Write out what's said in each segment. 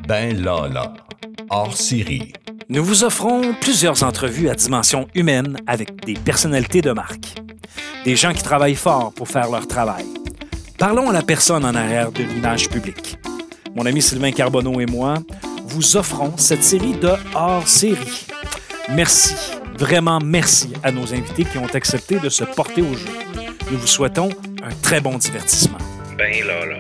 Ben Lala, hors série. Nous vous offrons plusieurs entrevues à dimension humaine avec des personnalités de marque. Des gens qui travaillent fort pour faire leur travail. Parlons à la personne en arrière de l'image publique. Mon ami Sylvain Carbonneau et moi vous offrons cette série de hors-série. Merci, vraiment merci à nos invités qui ont accepté de se porter au jeu. Nous vous souhaitons un très bon divertissement. Ben Lala,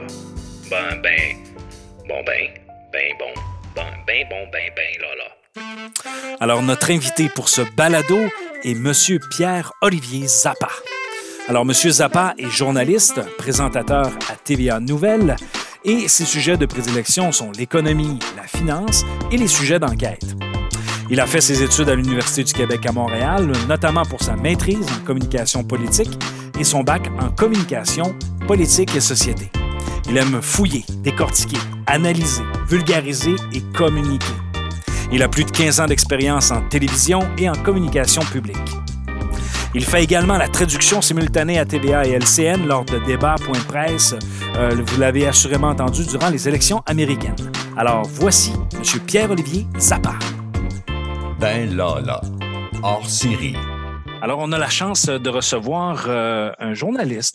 Lala. Alors, notre invité pour ce balado est Monsieur Pierre-Olivier Zappa. Alors, Monsieur Zappa est journaliste, présentateur à TVA Nouvelles et ses sujets de prédilection sont l'économie, la finance et les sujets d'enquête. Il a fait ses études à l'Université du Québec à Montréal, notamment pour sa maîtrise en communication politique et son bac en communication politique et société. Il aime fouiller, décortiquer, analyser, vulgariser et communiquer. Il a plus de 15 ans d'expérience en télévision et en communication publique. Il fait également la traduction simultanée à TVA et LCN lors de débats, points de presse. Vous l'avez assurément entendu durant les élections américaines. Alors voici M. Pierre-Olivier Zappa. Ben Lala, hors série. Alors, on a la chance de recevoir un journaliste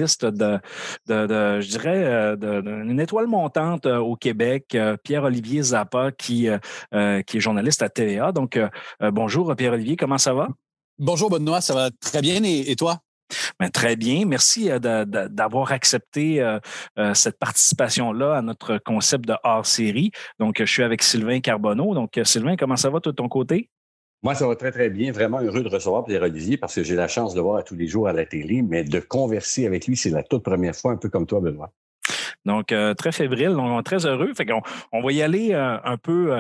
je dirais, d'une étoile montante au Québec, Pierre-Olivier Zappa, qui est journaliste à TVA. Donc, bonjour Pierre-Olivier, comment ça va? Bonjour Benoît, ça va très bien et toi? Bien, très bien. Merci d'avoir accepté cette participation-là à notre concept de hors-série. Donc, je suis avec Sylvain Carbonneau. Donc, Sylvain, comment ça va de ton côté? Moi, ça va très, très bien. Vraiment heureux de recevoir Pierre-Olivier parce que j'ai la chance de le voir tous les jours à la télé, mais de converser avec lui, c'est la toute première fois, un peu comme toi, Benoît. Donc, très fébrile, donc très heureux. Fait qu'on va y aller un peu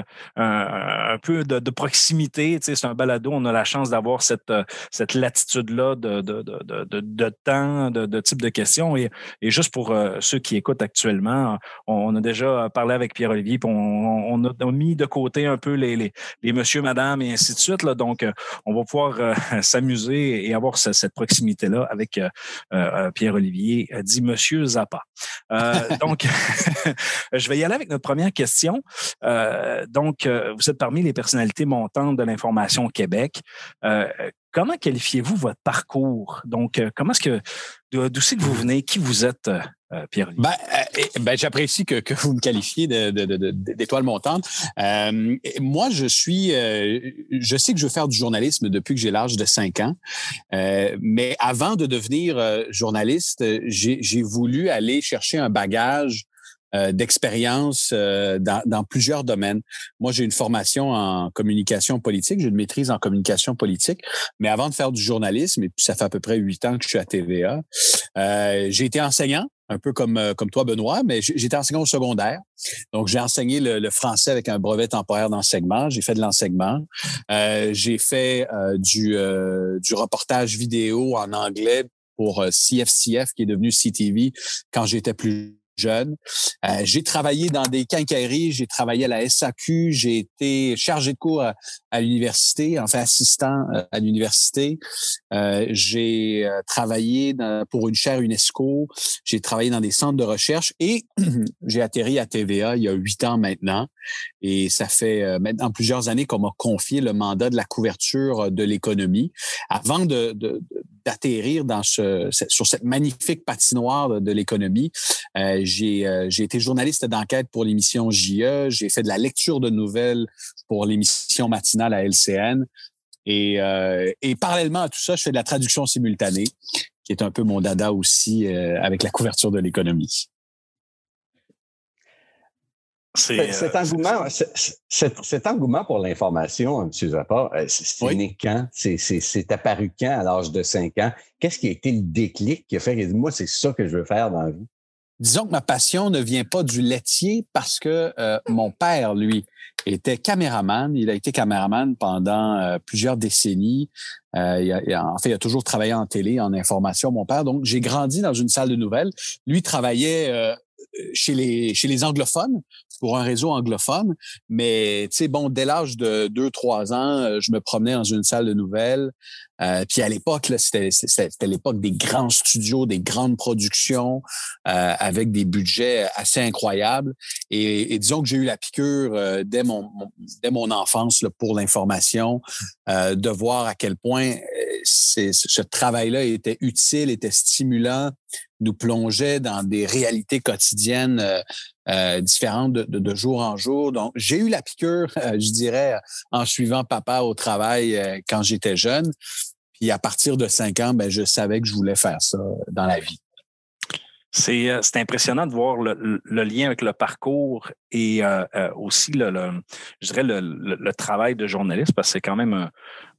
de proximité. Tu sais, c'est un balado, on a la chance d'avoir cette latitude-là de temps, de type de questions. Et juste pour ceux qui écoutent actuellement, on a déjà parlé avec Pierre-Olivier, puis on a mis de côté un peu les monsieur, madame et ainsi de suite. Là. Donc, on va pouvoir s'amuser et avoir cette proximité-là avec Pierre-Olivier, dit Monsieur Zappa. Donc, je vais y aller avec notre première question. Vous êtes parmi les personnalités montantes de l'information au Québec. Comment qualifiez-vous votre parcours? Donc, d'où c'est que vous venez? Qui vous êtes, Pierre-Olivier? J'apprécie que vous me qualifiez d'étoile montante. Moi, je sais que je veux faire du journalisme depuis que j'ai l'âge de 5 ans. Mais avant de devenir journaliste, j'ai voulu aller chercher un bagage d'expérience dans plusieurs domaines. Moi, j'ai une formation en communication politique, j'ai une maîtrise en communication politique, mais avant de faire du journalisme, et puis ça fait à peu près 8 ans que je suis à TVA, j'ai été enseignant, un peu comme toi, Benoît, mais j'étais enseignant au secondaire. Donc, j'ai enseigné le français avec un brevet temporaire d'enseignement. J'ai fait de l'enseignement. J'ai fait du reportage vidéo en anglais pour CFCF, qui est devenu CTV, quand j'étais plus jeune. J'ai travaillé dans des quincailleries, j'ai travaillé à la SAQ, j'ai été chargé de cours à l'université, enfin assistant à l'université. J'ai travaillé pour une chaire UNESCO, j'ai travaillé dans des centres de recherche et j'ai atterri à TVA il y a 8 ans maintenant. Et ça fait maintenant plusieurs années qu'on m'a confié le mandat de la couverture de l'économie. Avant d'atterrir sur cette magnifique patinoire de l'économie, j'ai été journaliste d'enquête pour l'émission JE. J'ai fait de la lecture de nouvelles pour l'émission matinale à LCN. Et parallèlement à tout ça, je fais de la traduction simultanée, qui est un peu mon dada aussi avec la couverture de l'économie. Cet engouement pour l'information, M. Zappa, c'est né quand? C'est apparu quand à l'âge de 5 ans? Qu'est-ce qui a été le déclic qui a fait que moi, c'est ça que je veux faire dans la vie? Disons que ma passion ne vient pas du laitier parce que mon père, lui, était caméraman. Il a été caméraman pendant plusieurs décennies. Il a toujours travaillé en télé, en information, mon père. Donc, j'ai grandi dans une salle de nouvelles. Lui travaillait chez les anglophones, pour un réseau anglophone. Mais, tu sais, bon, dès l'âge de 2-3 ans, je me promenais dans une salle de nouvelles. Puis à l'époque, là, c'était l'époque des grands studios, des grandes productions, avec des budgets assez incroyables. Et disons que j'ai eu la piqûre dès mon enfance là, pour l'information, de voir à quel point ce travail-là était utile, était stimulant, nous plongeait dans des réalités quotidiennes différentes de jour en jour. Donc, j'ai eu la piqûre, je dirais, en suivant papa au travail quand j'étais jeune. Puis à partir de 5 ans, ben, je savais que je voulais faire ça dans la vie. C'est impressionnant de voir le lien avec le parcours et aussi je dirais le travail de journaliste, parce que c'est quand même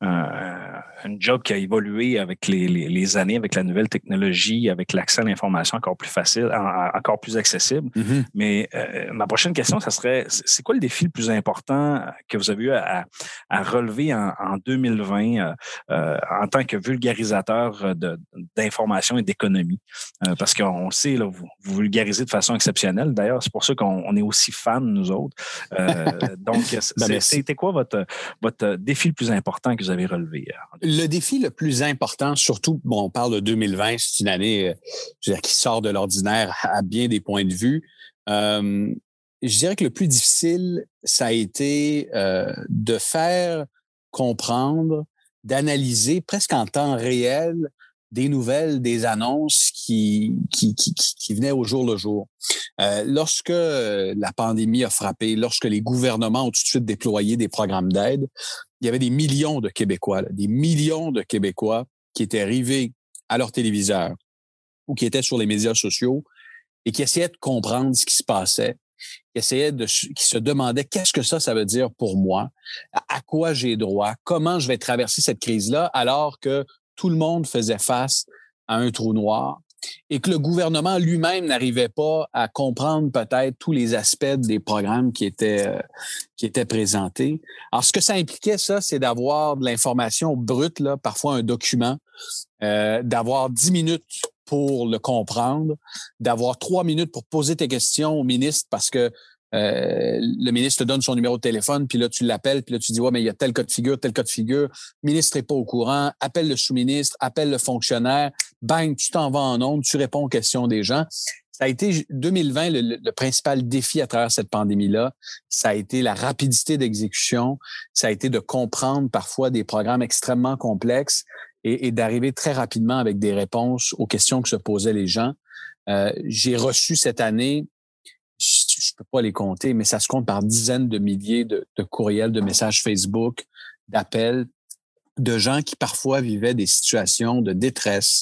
un job qui a évolué avec les années, avec la nouvelle technologie, avec l'accès à l'information encore plus facile, encore plus accessible. Mm-hmm. Mais ma prochaine question, ça serait, c'est quoi le défi le plus important que vous avez eu à relever en 2020 en tant que vulgarisateur d'information et d'économie? Parce qu'on sait, là, vous vulgarisez de façon exceptionnelle. D'ailleurs, c'est pour ça qu'on est aussi fans, nous autres. Donc, c'était quoi votre défi le plus important que vous avez relevé? Le défi le plus important, surtout, bon, on parle de 2020, c'est une année je veux dire, qui sort de l'ordinaire à bien des points de vue. Je dirais que le plus difficile, ça a été de faire comprendre, d'analyser presque en temps réel des nouvelles, des annonces qui venaient au jour le jour. Lorsque la pandémie a frappé, lorsque les gouvernements ont tout de suite déployé des programmes d'aide, il y avait des millions de Québécois qui étaient rivés à leur téléviseur ou qui étaient sur les médias sociaux et qui essayaient de comprendre ce qui se passait, qui se demandaient qu'est-ce que ça veut dire pour moi, à quoi j'ai droit, comment je vais traverser cette crise-là alors que tout le monde faisait face à un trou noir et que le gouvernement lui-même n'arrivait pas à comprendre peut-être tous les aspects des programmes qui étaient présentés. Alors, ce que ça impliquait, ça, c'est d'avoir de l'information brute, là, parfois un document, d'avoir 10 minutes pour le comprendre, d'avoir 3 minutes pour poser tes questions au ministre parce que le ministre te donne son numéro de téléphone, puis là, tu l'appelles, puis là, tu dis, ouais, mais il y a tel cas de figure. Le ministre n'est pas au courant, appelle le sous-ministre, appelle le fonctionnaire, bang, tu t'en vas en ondes, tu réponds aux questions des gens. Ça a été 2020, le principal défi à travers cette pandémie-là, ça a été la rapidité d'exécution, ça a été de comprendre parfois des programmes extrêmement complexes et d'arriver très rapidement avec des réponses aux questions que se posaient les gens. J'ai reçu cette année, je peux pas les compter, mais ça se compte par dizaines de milliers de courriels, de messages Facebook, d'appels, de gens qui parfois vivaient des situations de détresse,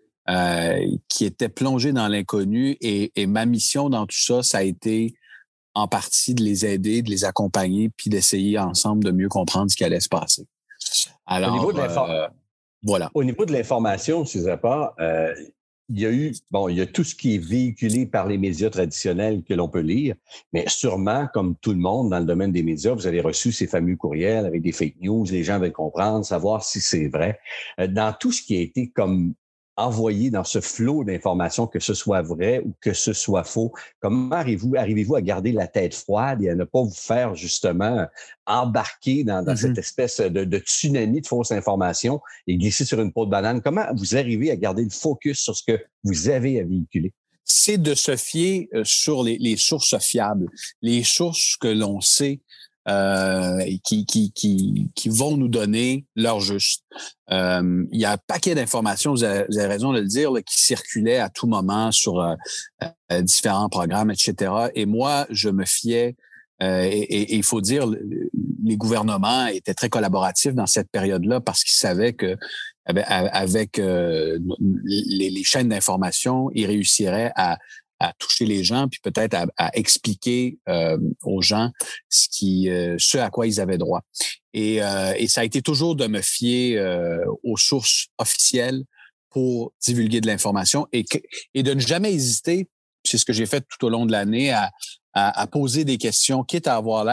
qui étaient plongés dans l'inconnu. Et ma mission dans tout ça, ça a été en partie de les aider, de les accompagner, puis d'essayer ensemble de mieux comprendre ce qui allait se passer. Alors, voilà. Au niveau de l'information, M. Zappa, il y a tout ce qui est véhiculé par les médias traditionnels que l'on peut lire, mais sûrement, comme tout le monde dans le domaine des médias, vous avez reçu ces fameux courriels avec des fake news, les gens veulent comprendre, savoir si c'est vrai. Dans tout ce qui a été comme envoyé dans ce flot d'informations, que ce soit vrai ou que ce soit faux, comment arrivez-vous à garder la tête froide et à ne pas vous faire justement embarquer dans cette espèce de tsunami de fausses informations et glisser sur une peau de banane? Comment vous arrivez à garder le focus sur ce que vous avez à véhiculer? C'est de se fier sur les sources fiables, les sources que l'on sait qui vont nous donner l'heure juste. Il y a un paquet d'informations, vous avez raison de le dire, là, qui circulaient à tout moment sur différents programmes, etc. Et moi, je me fiais, et il faut dire, les gouvernements étaient très collaboratifs dans cette période-là parce qu'ils savaient que avec les chaînes d'information, ils réussiraient à toucher les gens, puis peut-être à expliquer aux gens ce à quoi ils avaient droit. Et ça a été toujours de me fier aux sources officielles pour divulguer de l'information et de ne jamais hésiter, c'est ce que j'ai fait tout au long de l'année, à poser des questions, quitte à avoir l'air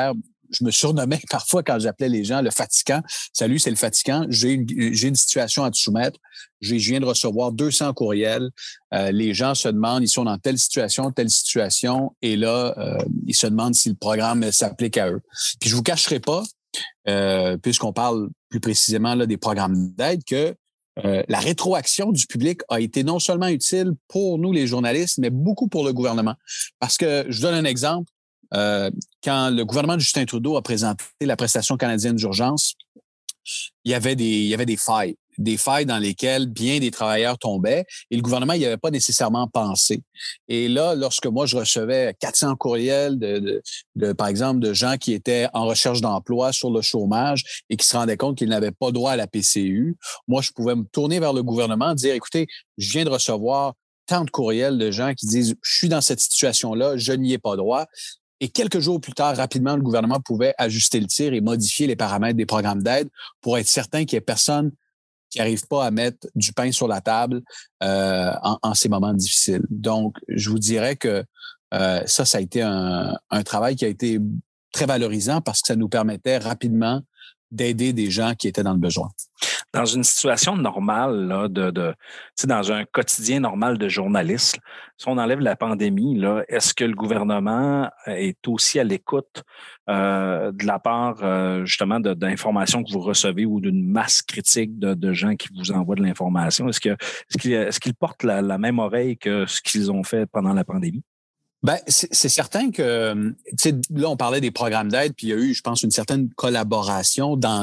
je me surnommais parfois quand j'appelais les gens le fatigant. Salut, c'est le fatigant. J'ai une situation à te soumettre. Je viens de recevoir 200 courriels. Les gens se demandent, ils sont dans telle situation, et là, ils se demandent si le programme s'applique à eux. Puis je vous cacherai pas, puisqu'on parle plus précisément là, des programmes d'aide, que la rétroaction du public a été non seulement utile pour nous, les journalistes, mais beaucoup pour le gouvernement. Parce que, je donne un exemple, quand le gouvernement de Justin Trudeau a présenté la prestation canadienne d'urgence, il y avait des failles dans lesquelles bien des travailleurs tombaient et le gouvernement n'y avait pas nécessairement pensé. Et là, lorsque moi, je recevais 400 courriels par exemple, de gens qui étaient en recherche d'emploi sur le chômage et qui se rendaient compte qu'ils n'avaient pas droit à la PCU, moi, je pouvais me tourner vers le gouvernement et dire, écoutez, je viens de recevoir tant de courriels de gens qui disent, je suis dans cette situation-là, je n'y ai pas droit. Et quelques jours plus tard, rapidement, le gouvernement pouvait ajuster le tir et modifier les paramètres des programmes d'aide pour être certain qu'il n'y ait personne qui n'arrive pas à mettre du pain sur la table en ces moments difficiles. Donc, je vous dirais que ça a été un travail qui a été très valorisant parce que ça nous permettait rapidement d'aider des gens qui étaient dans le besoin. Dans une situation normale, là, dans un quotidien normal de journaliste, si on enlève la pandémie, là, est-ce que le gouvernement est aussi à l'écoute de la part justement d'informations que vous recevez ou d'une masse critique de gens qui vous envoient de l'information? Est-ce qu'ils portent la même oreille que ce qu'ils ont fait pendant la pandémie? Ben, c'est certain que, tu sais, là, on parlait des programmes d'aide, puis il y a eu, je pense, une certaine collaboration dans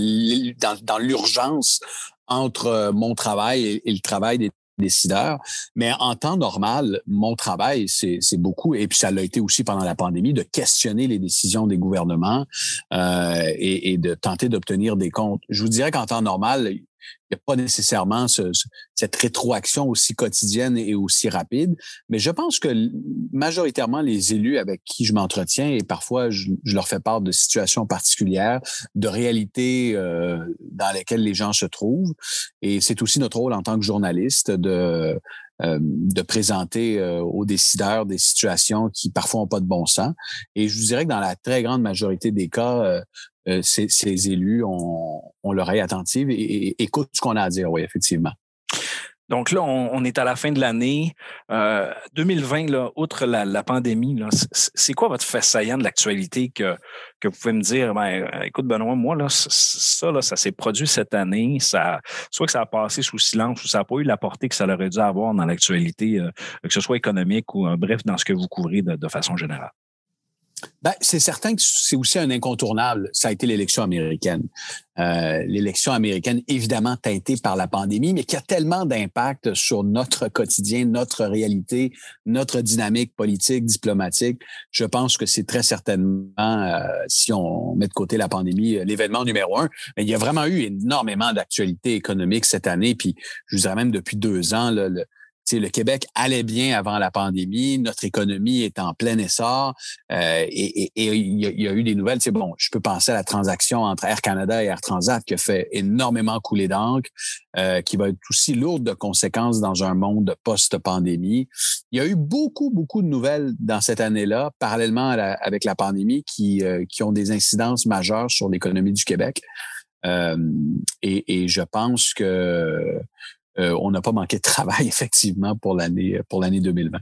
l'urgence entre mon travail et le travail des décideurs. Mais en temps normal, mon travail, c'est beaucoup, et puis ça l'a été aussi pendant la pandémie, de questionner les décisions des gouvernements et de tenter d'obtenir des comptes. Je vous dirais qu'en temps normal, il n'y a pas nécessairement cette rétroaction aussi quotidienne et aussi rapide, mais je pense que majoritairement les élus avec qui je m'entretiens, et parfois je leur fais part de situations particulières, de réalités dans lesquelles les gens se trouvent, et c'est aussi notre rôle en tant que journaliste de présenter aux décideurs des situations qui parfois n'ont pas de bon sens. Et je vous dirais que dans la très grande majorité des cas, ces élus ont l'oreille attentive et écoutent ce qu'on a à dire, oui, effectivement. Donc là, on est à la fin de l'année. 2020, là, outre la pandémie, là, c'est quoi votre fait saillant de l'actualité que vous pouvez me dire? Ben, écoute, Benoît, moi, là, ça s'est produit cette année. Soit que ça a passé sous silence ou ça n'a pas eu la portée que ça aurait dû avoir dans l'actualité, que ce soit économique ou bref, dans ce que vous couvrez de façon générale. Ben, c'est certain que c'est aussi un incontournable. Ça a été l'élection américaine. L'élection américaine, évidemment, teintée par la pandémie, mais qui a tellement d'impact sur notre quotidien, notre réalité, notre dynamique politique, diplomatique. Je pense que c'est très certainement, si on met de côté la pandémie, l'événement numéro 1. Mais il y a vraiment eu énormément d'actualités économiques cette année. Puis, je vous dirais même depuis 2 ans, là, le Québec allait bien avant la pandémie, notre économie est en plein essor et il y a eu des nouvelles. Bon, je peux penser à la transaction entre Air Canada et Air Transat qui a fait énormément couler d'encre, qui va être aussi lourde de conséquences dans un monde post-pandémie. Il y a eu beaucoup de nouvelles dans cette année-là, parallèlement avec la pandémie, qui ont des incidences majeures sur l'économie du Québec. Et je pense que on n'a pas manqué de travail, effectivement, pour l'année 2020.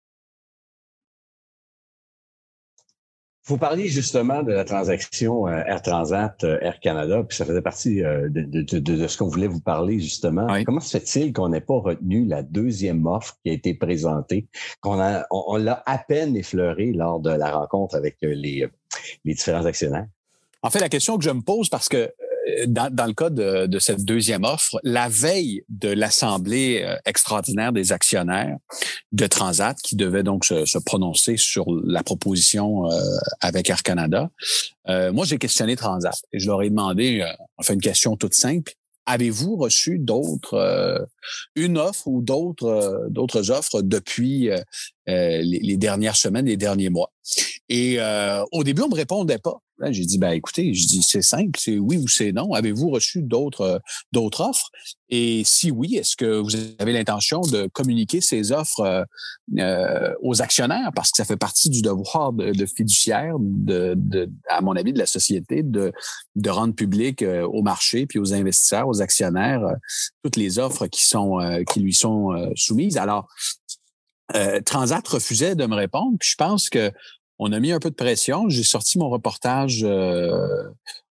Vous parliez justement de la transaction Air Transat, Air Canada, puis ça faisait partie de ce qu'on voulait vous parler, justement. Oui. Comment se fait-il qu'on n'ait pas retenu la deuxième offre qui a été présentée, on l'a à peine effleurée lors de la rencontre avec les différents actionnaires? En fait, la question que je me pose, parce que dans le cas de cette deuxième offre, la veille de l'Assemblée extraordinaire des actionnaires de Transat, qui devait donc se prononcer sur la proposition avec Air Canada, moi, j'ai questionné Transat et je leur ai demandé, on fait une question toute simple, avez-vous reçu d'autres une offre ou d'autres offres depuis les dernières semaines, les derniers mois. Et au début, on me répondait pas. Là, j'ai dit, écoutez, c'est simple, c'est oui ou c'est non. Avez-vous reçu d'autres offres? Et si oui, est-ce que vous avez l'intention de communiquer ces offres aux actionnaires? Parce que ça fait partie du devoir de fiduciaire, à mon avis, de la société, de rendre public au marché puis aux investisseurs, aux actionnaires, toutes les offres qui lui sont soumises. Alors, Transat refusait de me répondre, puis je pense que on a mis un peu de pression. J'ai sorti mon reportage le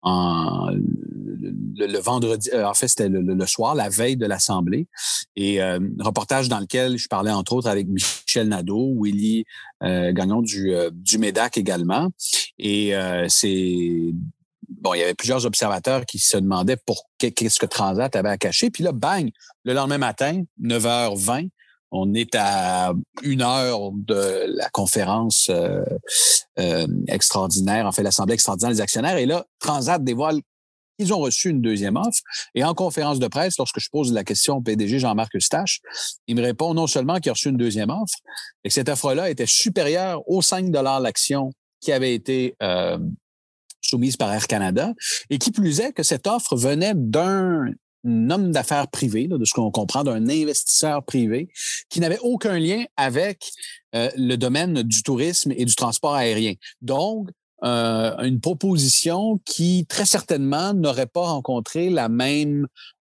vendredi, en fait, c'était le soir, la veille de l'Assemblée. Et reportage dans lequel je parlais, entre autres, avec Michel Nadeau, Willy Gagnon du MEDAC également. Et il y avait plusieurs observateurs qui se demandaient qu'est-ce que Transat avait à cacher. Puis là, bang, le lendemain matin, 9h20, on est à 1 heure de la conférence extraordinaire, en fait, l'Assemblée extraordinaire des actionnaires. Et là, Transat dévoile qu'ils ont reçu une deuxième offre. Et en conférence de presse, lorsque je pose la question au PDG Jean-Marc Eustache, il me répond non seulement qu'il a reçu une deuxième offre, mais que cette offre-là était supérieure aux 5 $ l'action qui avait été soumise par Air Canada. Et qui plus est, que cette offre venait d'un homme d'affaires privé, de ce qu'on comprend, d'un investisseur privé qui n'avait aucun lien avec le domaine du tourisme et du transport aérien. Donc, une proposition qui, très certainement, n'aurait pas rencontré les mêmes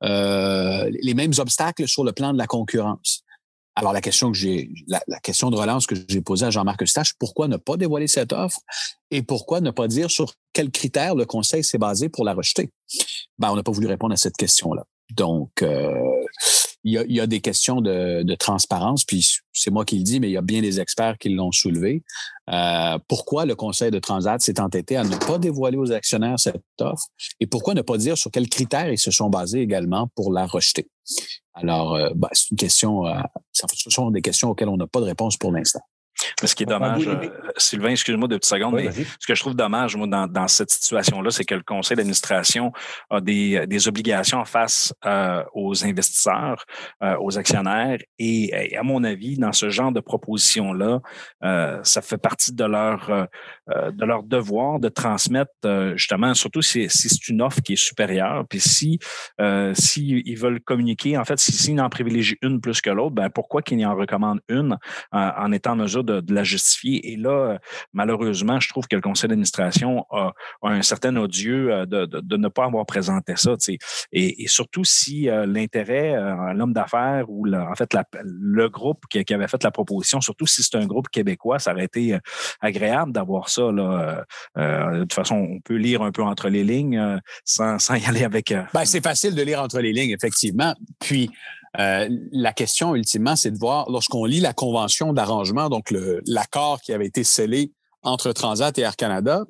obstacles sur le plan de la concurrence. Alors, la question de relance que j'ai posée à Jean-Marc Eustache, pourquoi ne pas dévoiler cette offre et pourquoi ne pas dire sur quels critères le Conseil s'est basé pour la rejeter? On n'a pas voulu répondre à cette question-là. Donc, il y a des questions de transparence, puis c'est moi qui le dis, mais il y a bien des experts qui l'ont soulevé. Pourquoi le Conseil de Transat s'est entêté à ne pas dévoiler aux actionnaires cette offre et pourquoi ne pas dire sur quels critères ils se sont basés également pour la rejeter? Alors, c'est une question, ce sont des questions auxquelles on n'a pas de réponse pour l'instant. Mais ce qui est dommage, Sylvain, excuse-moi de petites secondes, mais ce que je trouve dommage, moi, dans cette situation-là, c'est que le conseil d'administration a des obligations face aux investisseurs, aux actionnaires, et à mon avis, dans ce genre de proposition-là, ça fait partie de leur devoir de transmettre, justement, surtout si c'est une offre qui est supérieure, puis si ils veulent communiquer, en fait, s'ils en privilégient une plus que l'autre, pourquoi qu'ils en recommandent une en étant en mesure de la justifier. Et là, malheureusement, je trouve que le conseil d'administration a un certain odieux de ne pas avoir présenté ça. Et surtout si l'intérêt, l'homme d'affaires ou le groupe qui avait fait la proposition, surtout si c'est un groupe québécois, ça aurait été agréable d'avoir ça. Là. De toute façon, on peut lire un peu entre les lignes sans y aller avec... c'est facile de lire entre les lignes, effectivement. Puis, la question, ultimement, c'est de voir, lorsqu'on lit la convention d'arrangement, donc l'accord qui avait été scellé entre Transat et Air Canada,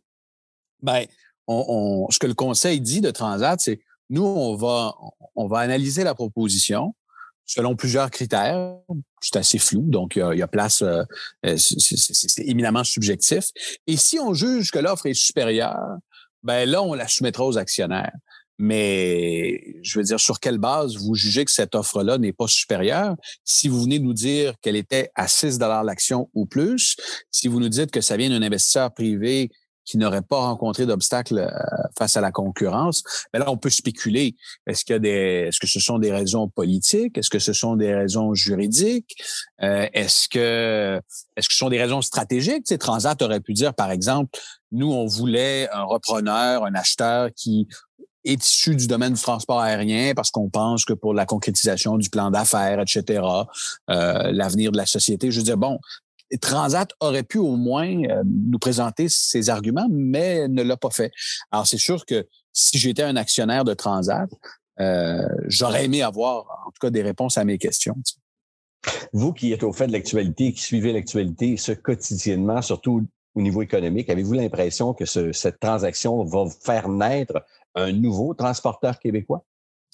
ce que le Conseil dit de Transat, c'est nous, on va analyser la proposition selon plusieurs critères. C'est assez flou, donc il y a place, c'est éminemment subjectif. Et si on juge que l'offre est supérieure, là, on la soumettra aux actionnaires. Mais, je veux dire, sur quelle base vous jugez que cette offre-là n'est pas supérieure? Si vous venez nous dire qu'elle était à 6 $ l'action ou plus, si vous nous dites que ça vient d'un investisseur privé qui n'aurait pas rencontré d'obstacles face à la concurrence, là, on peut spéculer. Est-ce que ce sont des raisons politiques? Est-ce que ce sont des raisons juridiques? Est-ce que ce sont des raisons stratégiques? Tu sais, Transat aurait pu dire, par exemple, nous, on voulait un repreneur, un acheteur qui est issu du domaine du transport aérien parce qu'on pense que pour la concrétisation du plan d'affaires, etc., l'avenir de la société, je veux dire, Transat aurait pu au moins nous présenter ses arguments, mais ne l'a pas fait. Alors, c'est sûr que si j'étais un actionnaire de Transat, j'aurais aimé avoir, en tout cas, des réponses à mes questions. Vous qui êtes au fait de l'actualité, qui suivez l'actualité quotidiennement, surtout au niveau économique, avez-vous l'impression que cette transaction va faire naître un nouveau transporteur québécois?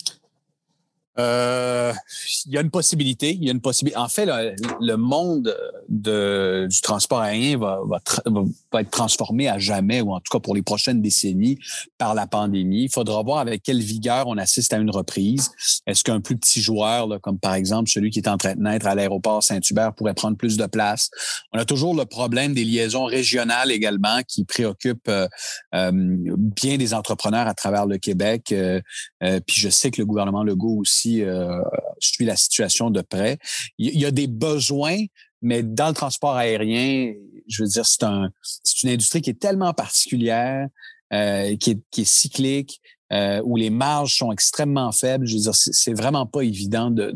Il y a une possibilité. En fait, le monde du transport aérien va être transformé à jamais, ou en tout cas pour les prochaines décennies, par la pandémie. Il faudra voir avec quelle vigueur on assiste à une reprise. Est-ce qu'un plus petit joueur, là, comme par exemple celui qui est en train de naître à l'aéroport Saint-Hubert, pourrait prendre plus de place? On a toujours le problème des liaisons régionales également qui préoccupent bien des entrepreneurs à travers le Québec. Puis je sais que le gouvernement Legault aussi suit la situation de près. Il y a des besoins, mais dans le transport aérien, je veux dire, c'est une industrie qui est tellement particulière, qui est cyclique, où les marges sont extrêmement faibles. Je veux dire, c'est vraiment pas évident de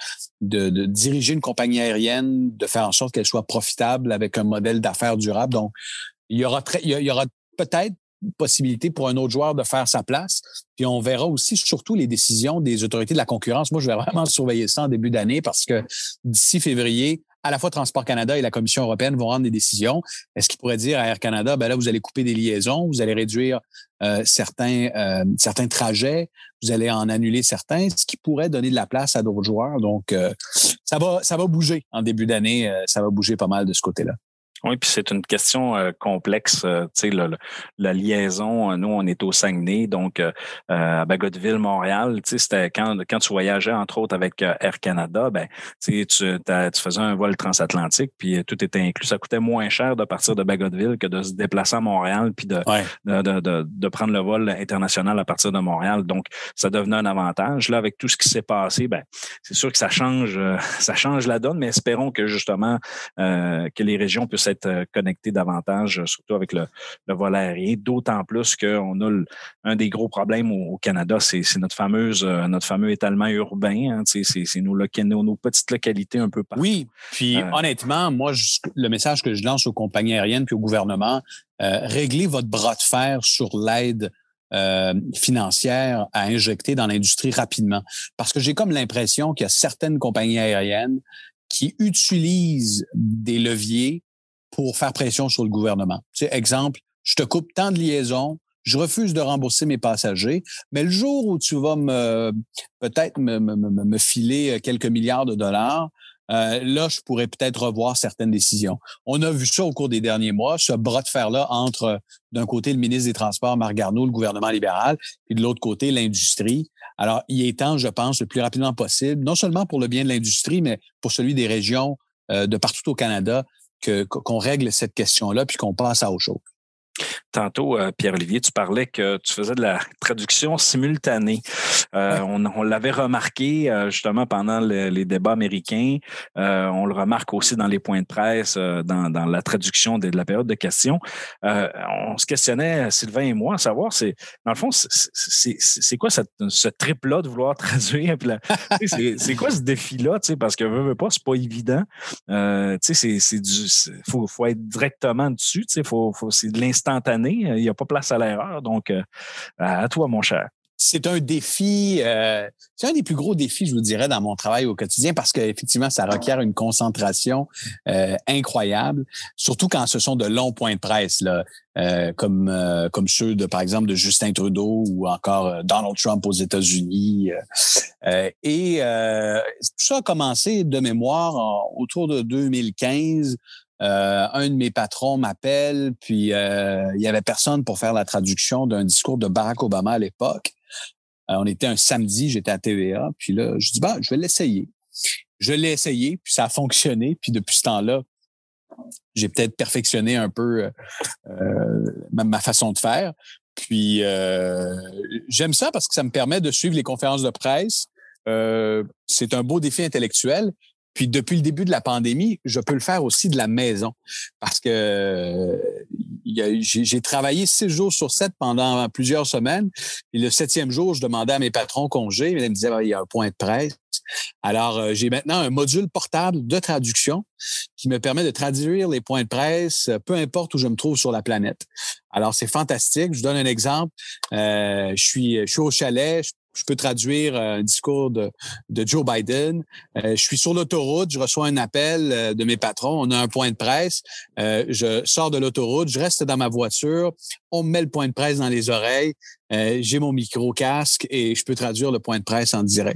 diriger une compagnie aérienne, de faire en sorte qu'elle soit profitable avec un modèle d'affaires durable. Donc, il y aura peut-être possibilité pour un autre joueur de faire sa place. Puis on verra aussi surtout les décisions des autorités de la concurrence. Moi, je vais vraiment surveiller ça en début d'année parce que d'ici février, à la fois Transport Canada et la Commission européenne vont rendre des décisions. Est-ce qu'ils pourraient dire à Air Canada, ben là, vous allez couper des liaisons, vous allez réduire certains trajets, vous allez en annuler certains, ce qui pourrait donner de la place à d'autres joueurs. Donc, ça va bouger en début d'année. Ça va bouger pas mal de ce côté-là. Oui, puis c'est une question complexe. Tu sais, la liaison, nous, on est au Saguenay, donc à Bagotville, Montréal. Tu sais, c'était quand tu voyageais, entre autres, avec Air Canada, ben, tu faisais un vol transatlantique, puis tout était inclus. Ça coûtait moins cher de partir de Bagotville que de se déplacer à Montréal, puis de prendre le vol international à partir de Montréal. Donc, ça devenait un avantage. Là, avec tout ce qui s'est passé, ben, c'est sûr que ça change la donne, mais espérons que justement que les régions puissent être connectés davantage, surtout avec le vol aérien, d'autant plus qu'on a un des gros problèmes au Canada, c'est notre fameux étalement urbain, hein, c'est nos petites localités un peu partout. Oui, puis honnêtement, moi, le message que je lance aux compagnies aériennes puis au gouvernement, réglez votre bras de fer sur l'aide financière à injecter dans l'industrie rapidement. Parce que j'ai comme l'impression qu'il y a certaines compagnies aériennes qui utilisent des leviers pour faire pression sur le gouvernement. Tu sais, exemple, je te coupe tant de liaisons, je refuse de rembourser mes passagers, mais le jour où tu vas peut-être me filer quelques milliards de dollars, là, je pourrais peut-être revoir certaines décisions. On a vu ça au cours des derniers mois, ce bras de fer-là entre, d'un côté, le ministre des Transports, Marc Garneau, le gouvernement libéral, et de l'autre côté, l'industrie. Alors, il est temps, je pense, le plus rapidement possible, non seulement pour le bien de l'industrie, mais pour celui des régions de partout au Canada, qu'on règle cette question-là puis qu'on passe à autre chose. Tantôt, Pierre-Olivier, tu parlais que tu faisais de la traduction simultanée. On l'avait remarqué justement pendant les débats américains. On le remarque aussi dans les points de presse, dans la traduction de la période de questions. On se questionnait, Sylvain et moi, à savoir, dans le fond, c'est quoi ce trip-là de vouloir traduire? C'est quoi ce défi-là? Parce que veux pas, c'est pas évident. Faut être directement dessus. C'est de l'instantané. Il n'y a pas place à l'erreur. Donc, à toi, mon cher. C'est un défi, c'est un des plus gros défis, je vous dirais, dans mon travail au quotidien parce qu'effectivement, ça requiert une concentration incroyable, surtout quand ce sont de longs points de presse, là, comme ceux par exemple, de Justin Trudeau ou encore Donald Trump aux États-Unis. Et tout ça a commencé de mémoire autour de 2015. Un de mes patrons m'appelle, puis il y avait personne pour faire la traduction d'un discours de Barack Obama à l'époque. On était un samedi, j'étais à TVA, puis là, je dis je vais l'essayer. Je l'ai essayé, puis ça a fonctionné, puis depuis ce temps-là, j'ai peut-être perfectionné un peu ma façon de faire. Puis j'aime ça parce que ça me permet de suivre les conférences de presse. C'est un beau défi intellectuel. Puis depuis le début de la pandémie, je peux le faire aussi de la maison parce que j'ai travaillé 6 jours sur 7 pendant plusieurs semaines. Et le 7e jour, je demandais à mes patrons congés. Ils me disaient, il y a un point de presse. Alors, j'ai maintenant un module portable de traduction qui me permet de traduire les points de presse, peu importe où je me trouve sur la planète. Alors, c'est fantastique. Je vous donne un exemple. Je suis au chalet. Je peux traduire un discours de Joe Biden. Je suis sur l'autoroute, je reçois un appel de mes patrons. On a un point de presse. Je sors de l'autoroute, je reste dans ma voiture. On me met le point de presse dans les oreilles. J'ai mon micro-casque et je peux traduire le point de presse en direct.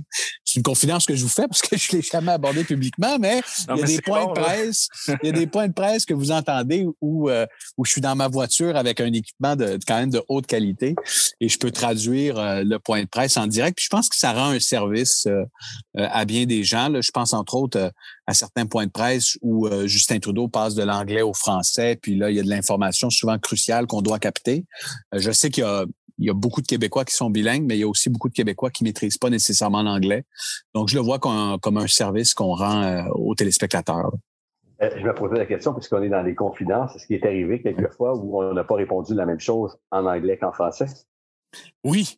c'est une confidence que je vous fais parce que je ne l'ai jamais abordé publiquement, mais il y a des points de presse. Il y a des points de presse que vous entendez où je suis dans ma voiture avec un équipement quand même de haute qualité et je peux traduire le point de presse en direct. Puis je pense que ça rend un service à bien des gens. Là. Je pense entre autres à certains points de presse où Justin Trudeau passe de l'anglais au français, puis là, il y a de l'information souvent cruciale qu'on doit capter. Je sais qu'il y a beaucoup de Québécois qui sont bilingues, mais il y a aussi beaucoup de Québécois qui maîtrisent pas nécessairement l'anglais. Donc, je le vois comme un service qu'on rend aux téléspectateurs. Je me posais la question, puisqu'on est dans les confidences, est-ce qu'il est arrivé quelquefois où on n'a pas répondu la même chose en anglais qu'en français? Oui.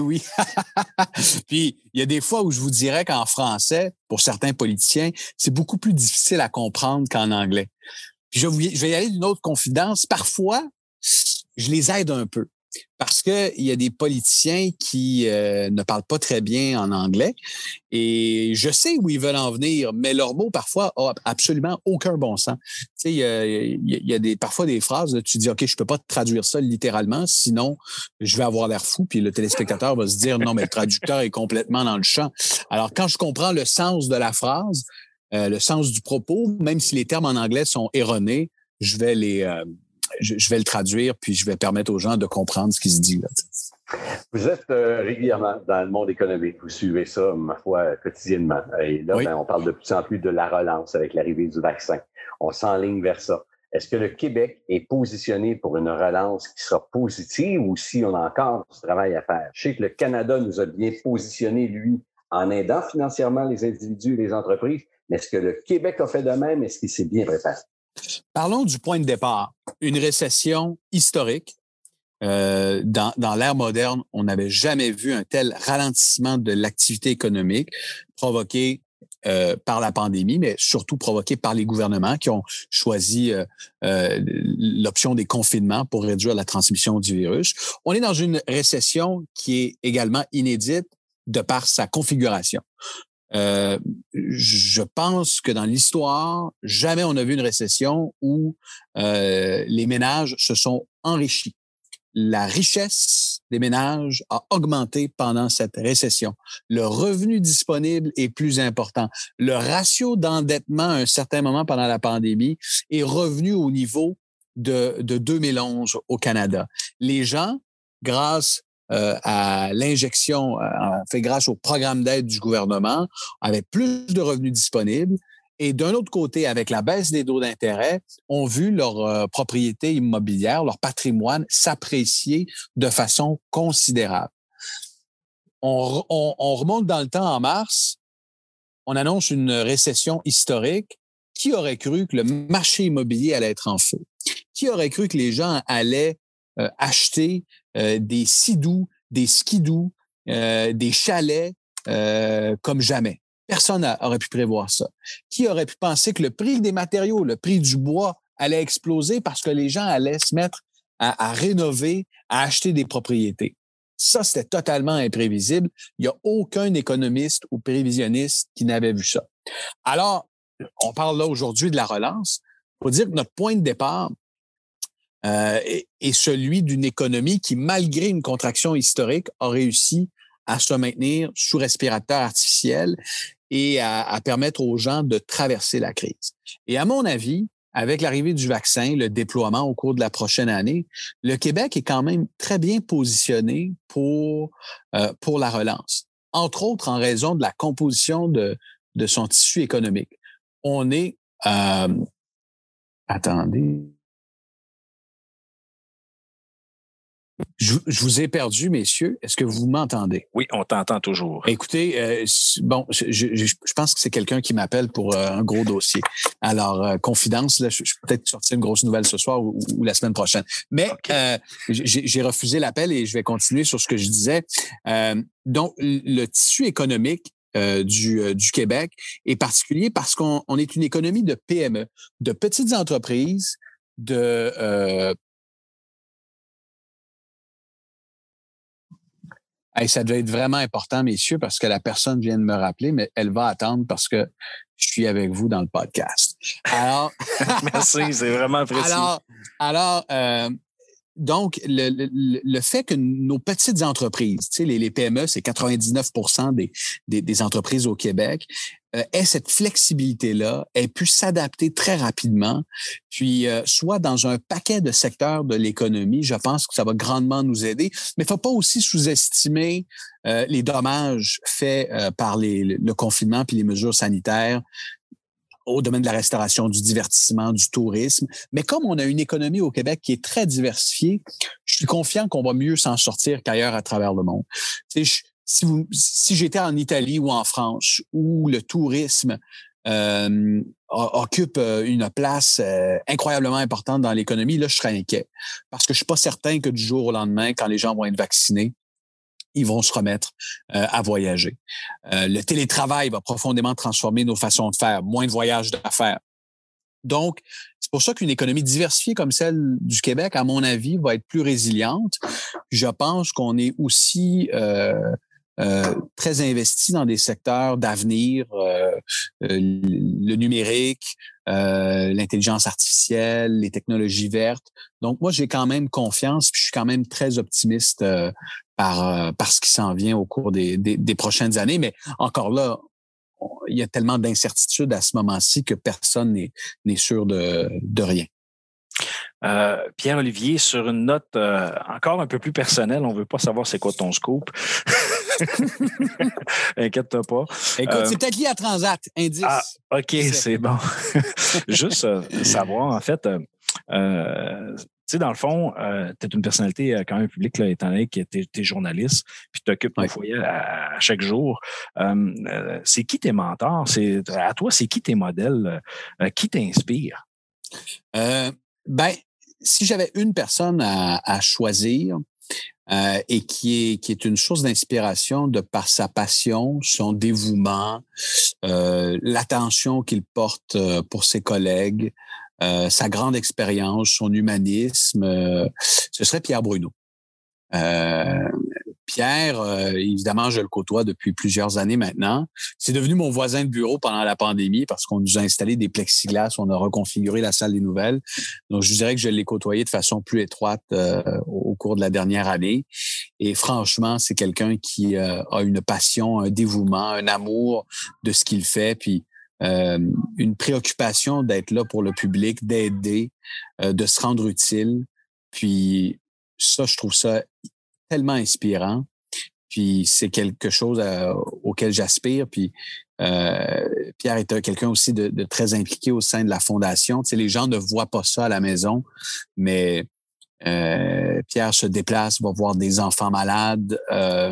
Puis, il y a des fois où je vous dirais qu'en français, pour certains politiciens, c'est beaucoup plus difficile à comprendre qu'en anglais. Puis, je vais y aller d'une autre confidence. Parfois, je les aide un peu. Parce que il y a des politiciens qui ne parlent pas très bien en anglais et je sais où ils veulent en venir, mais leurs mots parfois ont absolument aucun bon sens. Tu sais, il y a parfois des phrases là, tu dis ok, je peux pas te traduire ça littéralement, sinon je vais avoir l'air fou, puis le téléspectateur va se dire non mais le traducteur est complètement dans le champ. Alors quand je comprends le sens de la phrase, le sens du propos, même si les termes en anglais sont erronés, je vais le traduire, puis je vais permettre aux gens de comprendre ce qui se dit. Là. Vous êtes régulièrement dans le monde économique. Vous suivez ça, ma foi, quotidiennement. Et là, on parle de plus en plus de la relance avec l'arrivée du vaccin. On s'enligne vers ça. Est-ce que le Québec est positionné pour une relance qui sera positive ou si on a encore du travail à faire? Je sais que le Canada nous a bien positionné, lui, en aidant financièrement les individus et les entreprises. Mais est-ce que le Québec a fait de même? Est-ce qu'il s'est bien préparé? Parlons du point de départ. Une récession historique. Dans l'ère moderne, on n'avait jamais vu un tel ralentissement de l'activité économique provoqué par la pandémie, mais surtout provoqué par les gouvernements qui ont choisi l'option des confinements pour réduire la transmission du virus. On est dans une récession qui est également inédite de par sa configuration. Je pense que dans l'histoire, jamais on a vu une récession où les ménages se sont enrichis. La richesse des ménages a augmenté pendant cette récession. Le revenu disponible est plus important. Le ratio d'endettement à un certain moment pendant la pandémie est revenu au niveau de 2011 au Canada. Les gens, grâce à l'injection, grâce au programme d'aide du gouvernement, avaient plus de revenus disponibles. Et d'un autre côté, avec la baisse des taux d'intérêt, ont vu leur propriété immobilière, leur patrimoine s'apprécier de façon considérable. On remonte dans le temps en mars, on annonce une récession historique. Qui aurait cru que le marché immobilier allait être en feu? Qui aurait cru que les gens allaient acheter des sidous, des skidous, des chalets comme jamais? Personne n'aurait pu prévoir ça. Qui aurait pu penser que le prix des matériaux, le prix du bois allait exploser parce que les gens allaient se mettre à rénover, à acheter des propriétés? Ça, c'était totalement imprévisible. Il n'y a aucun économiste ou prévisionniste qui n'avait vu ça. Alors, on parle là aujourd'hui de la relance. Il faut dire que notre point de départ est celui d'une économie qui, malgré une contraction historique, a réussi à se maintenir sous respirateur artificiel et à permettre aux gens de traverser la crise. Et à mon avis, avec l'arrivée du vaccin, le déploiement au cours de la prochaine année, le Québec est quand même très bien positionné pour la relance. Entre autres, en raison de la composition de son tissu économique. On est... attendez... Je vous ai perdu, messieurs. Est-ce que vous m'entendez? Oui, on t'entend toujours. Écoutez, je pense que c'est quelqu'un qui m'appelle pour un gros dossier. Alors, confidence, là, je vais peut-être sortir une grosse nouvelle ce soir ou la semaine prochaine. Mais okay. J'ai refusé l'appel et je vais continuer sur ce que je disais. Donc, le tissu économique du Québec est particulier parce qu'on est une économie de PME, de petites entreprises, ça devait être vraiment important, messieurs, parce que la personne vient de me rappeler, mais elle va attendre parce que je suis avec vous dans le podcast. Alors, merci, c'est vraiment apprécié. Alors, Donc, le fait que nos petites entreprises, tu sais, les PME, c'est 99% des entreprises au Québec, aient cette flexibilité-là, aient pu s'adapter très rapidement, puis soit dans un paquet de secteurs de l'économie, je pense que ça va grandement nous aider. Mais il ne faut pas aussi sous-estimer les dommages faits par le confinement puis les mesures sanitaires au domaine de la restauration, du divertissement, du tourisme. Mais comme on a une économie au Québec qui est très diversifiée, je suis confiant qu'on va mieux s'en sortir qu'ailleurs à travers le monde. Tu sais, si j'étais en Italie ou en France, où le tourisme occupe une place incroyablement importante dans l'économie, là, je serais inquiet. Parce que je suis pas certain que du jour au lendemain, quand les gens vont être vaccinés, ils vont se remettre à voyager. Le télétravail va profondément transformer nos façons de faire, moins de voyages d'affaires. Donc, c'est pour ça qu'une économie diversifiée comme celle du Québec, à mon avis, va être plus résiliente. Je pense qu'on est aussi très investi dans des secteurs d'avenir, le numérique, l'intelligence artificielle, les technologies vertes. Donc, moi, j'ai quand même confiance, puis je suis quand même très optimiste par ce qui s'en vient au cours des prochaines années. Mais encore là, il y a tellement d'incertitudes à ce moment-ci que personne n'est sûr de rien. Pierre-Olivier, sur une note encore un peu plus personnelle, on ne veut pas savoir c'est quoi ton scoop. Inquiète-toi pas. Écoute, c'est peut-être lié à Transat, indice. Ah, OK, c'est bon. Juste savoir, en fait, tu sais, dans le fond, tu es une personnalité quand même publique, là, étant donné que tu es journaliste, puis tu t'occupes ton foyer à chaque jour. C'est qui tes mentors? À toi, c'est qui tes modèles? Qui t'inspire? Si j'avais une personne à choisir et qui est une source d'inspiration de par sa passion, son dévouement, l'attention qu'il porte pour ses collègues, sa grande expérience, son humanisme, ce serait Pierre Bruno. Pierre, évidemment, je le côtoie depuis plusieurs années maintenant. C'est devenu mon voisin de bureau pendant la pandémie parce qu'on nous a installé des plexiglas, on a reconfiguré la salle des nouvelles. Donc, je dirais que je l'ai côtoyé de façon plus étroite au cours de la dernière année. Et franchement, c'est quelqu'un qui a une passion, un dévouement, un amour de ce qu'il fait, puis une préoccupation d'être là pour le public, d'aider, de se rendre utile. Puis ça, je trouve ça tellement inspirant. Puis c'est quelque chose auquel j'aspire. Puis Pierre est quelqu'un aussi de très impliqué au sein de la Fondation. Tu sais, les gens ne voient pas ça à la maison, mais Pierre se déplace, va voir des enfants malades.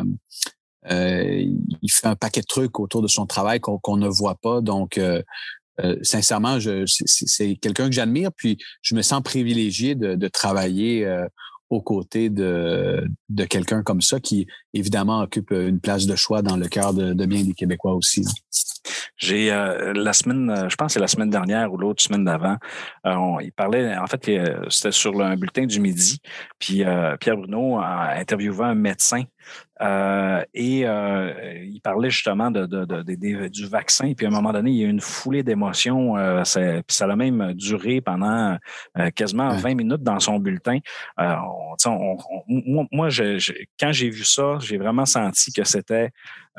Il fait un paquet de trucs autour de son travail qu'on ne voit pas. Donc, sincèrement, c'est quelqu'un que j'admire. Puis, je me sens privilégié de travailler aux côtés de quelqu'un comme ça qui, évidemment, occupe une place de choix dans le cœur de bien des Québécois aussi. J'ai la semaine, je pense que c'est la semaine dernière ou l'autre semaine d'avant, il parlait, en fait, c'était sur un bulletin du midi, puis Pierre Bruno a interviewé un médecin et il parlait justement du vaccin. Puis à un moment donné, il y a eu une foulée d'émotions. Ça a même duré pendant quasiment 20 minutes dans son bulletin. Moi, quand j'ai vu ça, j'ai vraiment senti que c'était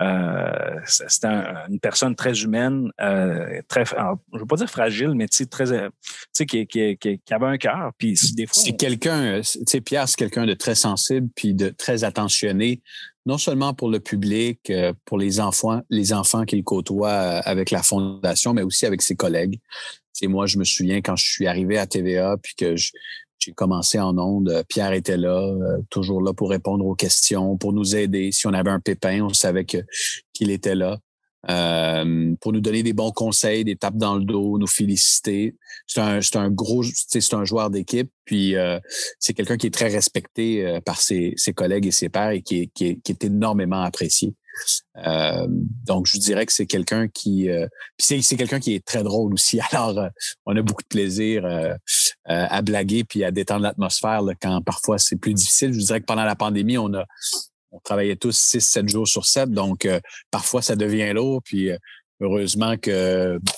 une personne très humaine, très, je veux pas dire fragile, mais qui avait un cœur. Puis des fois, c'est quelqu'un, tu sais, Pierre, c'est quelqu'un de très sensible puis de très attentionné, non seulement pour le public, pour les enfants qu'il côtoie avec la Fondation, mais aussi avec ses collègues. Tu sais, moi, je me souviens quand je suis arrivé à TVA puis que j'ai commencé en ondes, Pierre était là, toujours là pour répondre aux questions, pour nous aider. Si on avait un pépin, on savait qu'il était là. Pour nous donner des bons conseils, des tapes dans le dos, nous féliciter. C'est un joueur d'équipe, puis c'est quelqu'un qui est très respecté par ses collègues et ses pairs et qui est énormément apprécié. Donc, je dirais que c'est quelqu'un qui c'est quelqu'un qui est très drôle aussi. Alors, on a beaucoup de plaisir à blaguer puis à détendre l'atmosphère là, quand parfois c'est plus difficile. Je dirais que pendant la pandémie, on travaillait tous 6-7 jours sur 7, donc parfois ça devient lourd. Puis heureusement que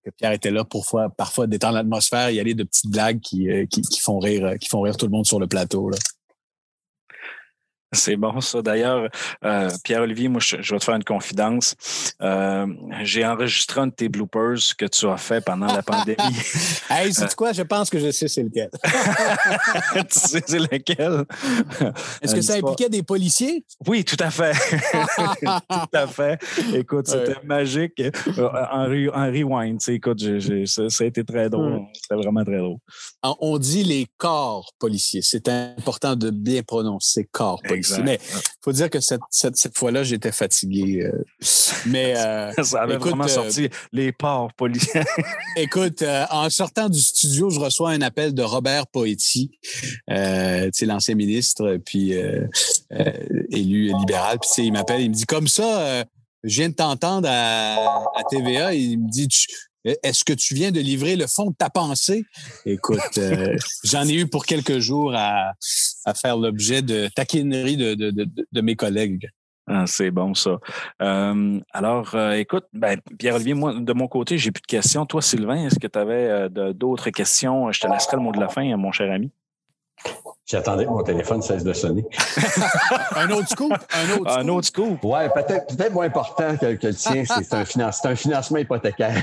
Pierre était là pour parfois détendre l'atmosphère, y aller de petites blagues qui font rire tout le monde sur le plateau, là. C'est bon, ça. D'ailleurs, Pierre-Olivier, moi, je vais te faire une confidence. J'ai enregistré un de tes bloopers que tu as fait pendant la pandémie. Hey, sais-tu quoi? Je pense que je sais c'est lequel. Tu sais c'est lequel? Est-ce que ça impliquait des policiers? Oui, tout à fait. Tout à fait. Écoute, c'était magique. En rewind, écoute, ça a été très drôle. C'était vraiment très drôle. On dit les corps policiers. C'est important de bien prononcer corps policiers. Exact. Mais il faut dire que cette fois-là, j'étais fatigué. Mais ça avait vraiment sorti les porcs policiers. Écoute, en sortant du studio, je reçois un appel de Robert Poetti, l'ancien ministre, puis élu libéral. Puis il m'appelle, il me dit comme ça, je viens de t'entendre à TVA. Il me dit, est-ce que tu viens de livrer le fond de ta pensée? Écoute, j'en ai eu pour quelques jours à faire l'objet de taquineries de mes collègues. Ah, c'est bon, ça. Alors, écoute, Pierre-Olivier, moi, de mon côté, j'ai plus de questions. Toi, Sylvain, est-ce que tu avais d'autres questions? Je te laisserai le mot de la fin, mon cher ami. J'attendais que mon téléphone cesse de sonner. Un autre scoop? Un autre scoop? Oui, peut-être moins important que le tien. C'est un financement hypothécaire.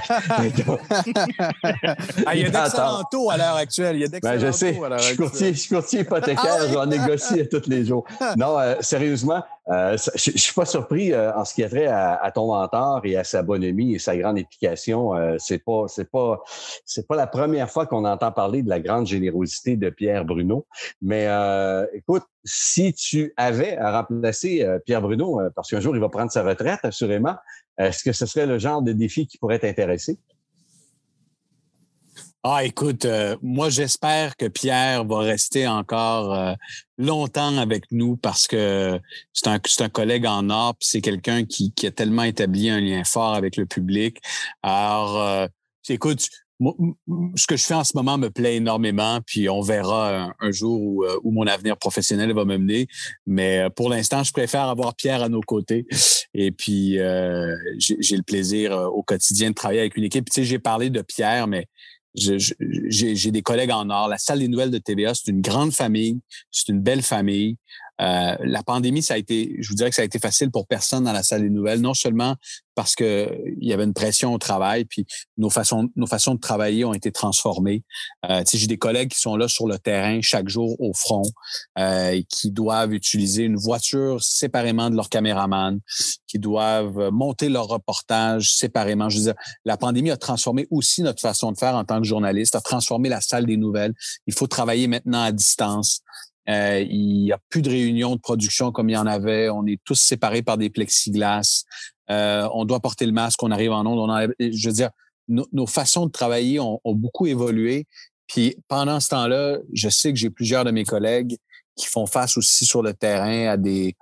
Il y a d'excellents taux à l'heure actuelle. Je sais. Je suis courtier hypothécaire. J'en négocie tous les jours. Non, sérieusement, je ne suis pas surpris en ce qui a trait à ton mentor et à sa bonhomie et sa grande implication. C'est pas la première fois qu'on entend parler de la grande générosité de Pierre Bruno. Mais écoute, si tu avais à remplacer Pierre Bruno, parce qu'un jour il va prendre sa retraite, assurément, est-ce que ce serait le genre de défi qui pourrait t'intéresser? Écoute, moi j'espère que Pierre va rester encore longtemps avec nous parce que c'est un collègue en or, puis c'est quelqu'un qui a tellement établi un lien fort avec le public. Alors, écoute, ce que je fais en ce moment me plaît énormément, puis on verra un jour où mon avenir professionnel va me mener. Mais pour l'instant, je préfère avoir Pierre à nos côtés. Et puis, j'ai le plaisir au quotidien de travailler avec une équipe. Tu sais, j'ai parlé de Pierre, mais j'ai des collègues en or. La salle des nouvelles de TVA, c'est une grande famille, c'est une belle famille. La pandémie, je vous dirais que ça a été facile pour personne dans la salle des nouvelles, non seulement parce que il y avait une pression au travail, puis nos façons de travailler ont été transformées. J'ai des collègues qui sont là sur le terrain chaque jour au front, qui doivent utiliser une voiture séparément de leur caméraman, qui doivent monter leur reportage séparément. Je veux dire, la pandémie a transformé aussi notre façon de faire en tant que journaliste, a transformé la salle des nouvelles. Il faut travailler maintenant à distance. Il n'y a plus de réunions de production comme il y en avait. On est tous séparés par des plexiglas. On doit porter le masque, on arrive en ondes. Je veux dire, nos façons de travailler ont beaucoup évolué. Puis pendant ce temps-là, je sais que j'ai plusieurs de mes collègues qui font face aussi sur le terrain à des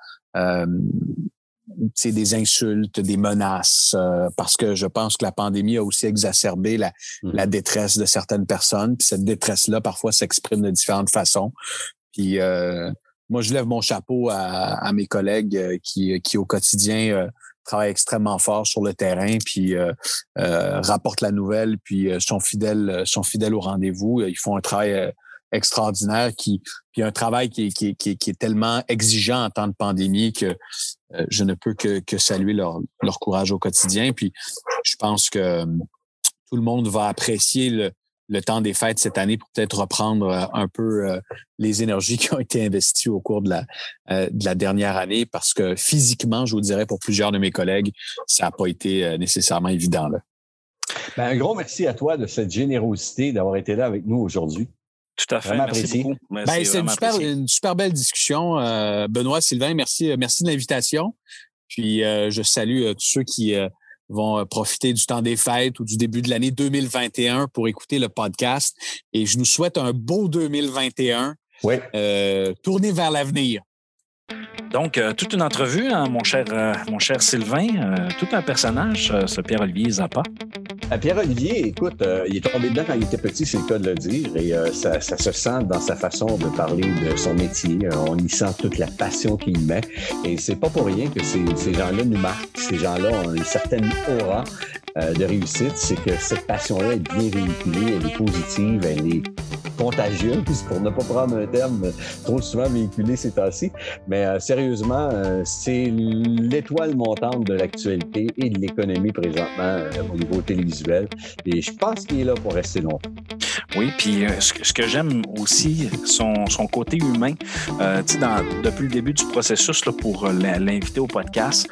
insultes, des menaces, parce que je pense que la pandémie a aussi exacerbé la détresse de certaines personnes. Puis cette détresse-là, parfois, s'exprime de différentes façons. Puis moi, je lève mon chapeau à mes collègues qui au quotidien travaillent extrêmement fort sur le terrain, puis rapportent la nouvelle, puis sont fidèles au rendez-vous. Ils font un travail extraordinaire, puis un travail qui est tellement exigeant en temps de pandémie que je ne peux que saluer leur courage au quotidien. Puis je pense que tout le monde va apprécier le temps des fêtes cette année pour peut-être reprendre un peu les énergies qui ont été investies au cours de la dernière année, parce que physiquement, je vous dirais, pour plusieurs de mes collègues, ça n'a pas été nécessairement évident, là. Un gros merci à toi de cette générosité d'avoir été là avec nous aujourd'hui. Tout à fait. Merci beaucoup. C'est une super belle discussion. Benoît, Sylvain, merci de l'invitation. Puis je salue tous ceux qui vont profiter du temps des fêtes ou du début de l'année 2021 pour écouter le podcast. Et je nous souhaite un beau 2021. Oui. Tourné vers l'avenir. Donc, toute une entrevue, hein, mon cher Sylvain, tout un personnage, ce Pierre-Olivier Zappa. Pierre-Olivier, écoute, il est tombé dedans quand il était petit, c'est le cas de le dire, et ça se sent dans sa façon de parler de son métier. On y sent toute la passion qu'il met, et c'est pas pour rien que ces gens-là nous marquent. Ces gens-là ont une certaine aura de réussite, c'est que cette passion-là est bien véhiculée, elle est positive, elle est contagieuse, pour ne pas prendre un terme trop souvent véhiculé ces temps-ci. Mais sérieusement, c'est l'étoile montante de l'actualité et de l'économie présentement au niveau télévisuel. Et je pense qu'il est là pour rester longtemps. Oui, puis ce que j'aime aussi, son côté humain. Tu sais, depuis le début du processus là, pour l'inviter au podcast,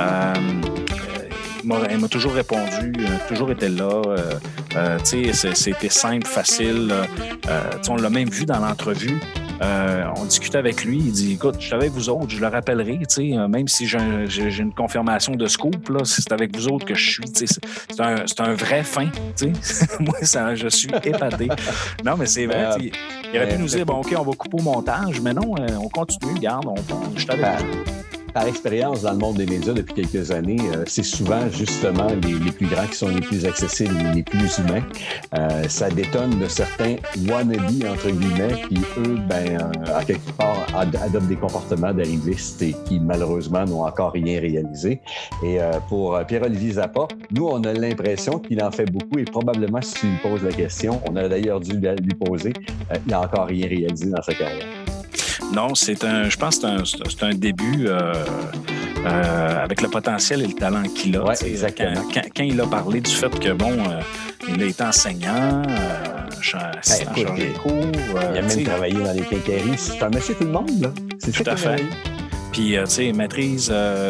elle m'a toujours répondu, toujours été là. Tu sais, c'était simple, facile. On l'a même vu dans l'entrevue. On discutait avec lui. Il dit, écoute, je suis avec vous autres, je le rappellerai. Même si j'ai une confirmation de scoop, là, c'est avec vous autres que je suis. C'est un vrai fin. Moi, je suis épaté. Non, mais c'est vrai. Il aurait pu nous dire, bon, OK, on va couper au montage, mais non, on continue, regarde, je suis avec vous. Par expérience dans le monde des médias depuis quelques années, c'est souvent justement les plus grands qui sont les plus accessibles, les plus humains. Ça détonne de certains wannabes, entre guillemets, qui, eux, à quelque part, adoptent des comportements d'arrivistes et qui, malheureusement, n'ont encore rien réalisé. Et pour Pierre-Olivier Zappa, nous, on a l'impression qu'il en fait beaucoup et probablement, si tu lui poses la question, on a d'ailleurs dû lui poser, il n'a encore rien réalisé dans sa carrière. Non, je pense que c'est un début avec le potentiel et le talent qu'il a. Ouais, exactement. Quand il a parlé du fait que, il a été enseignant, assistant chargé de cours. Il a même travaillé dans les quincailleries. C'est un monsieur tout le monde, là. C'est tout à fait. Puis, tu sais, une maîtrise,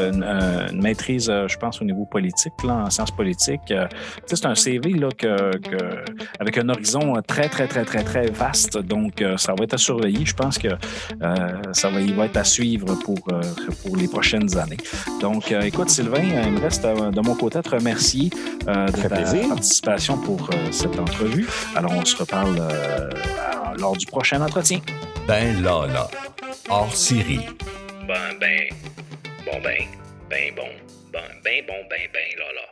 je pense, au niveau politique, là, en sciences politiques. Tu sais, c'est un CV là, avec un horizon très, très, très, très, très vaste. Donc, ça va être à surveiller. Je pense que il va être à suivre pour les prochaines années. Donc, écoute, Sylvain, il me reste de mon côté à te remercier de ta participation pour cette entrevue. Alors, on se reparle lors du prochain entretien. Ben Lala, hors série. Bon, Lala.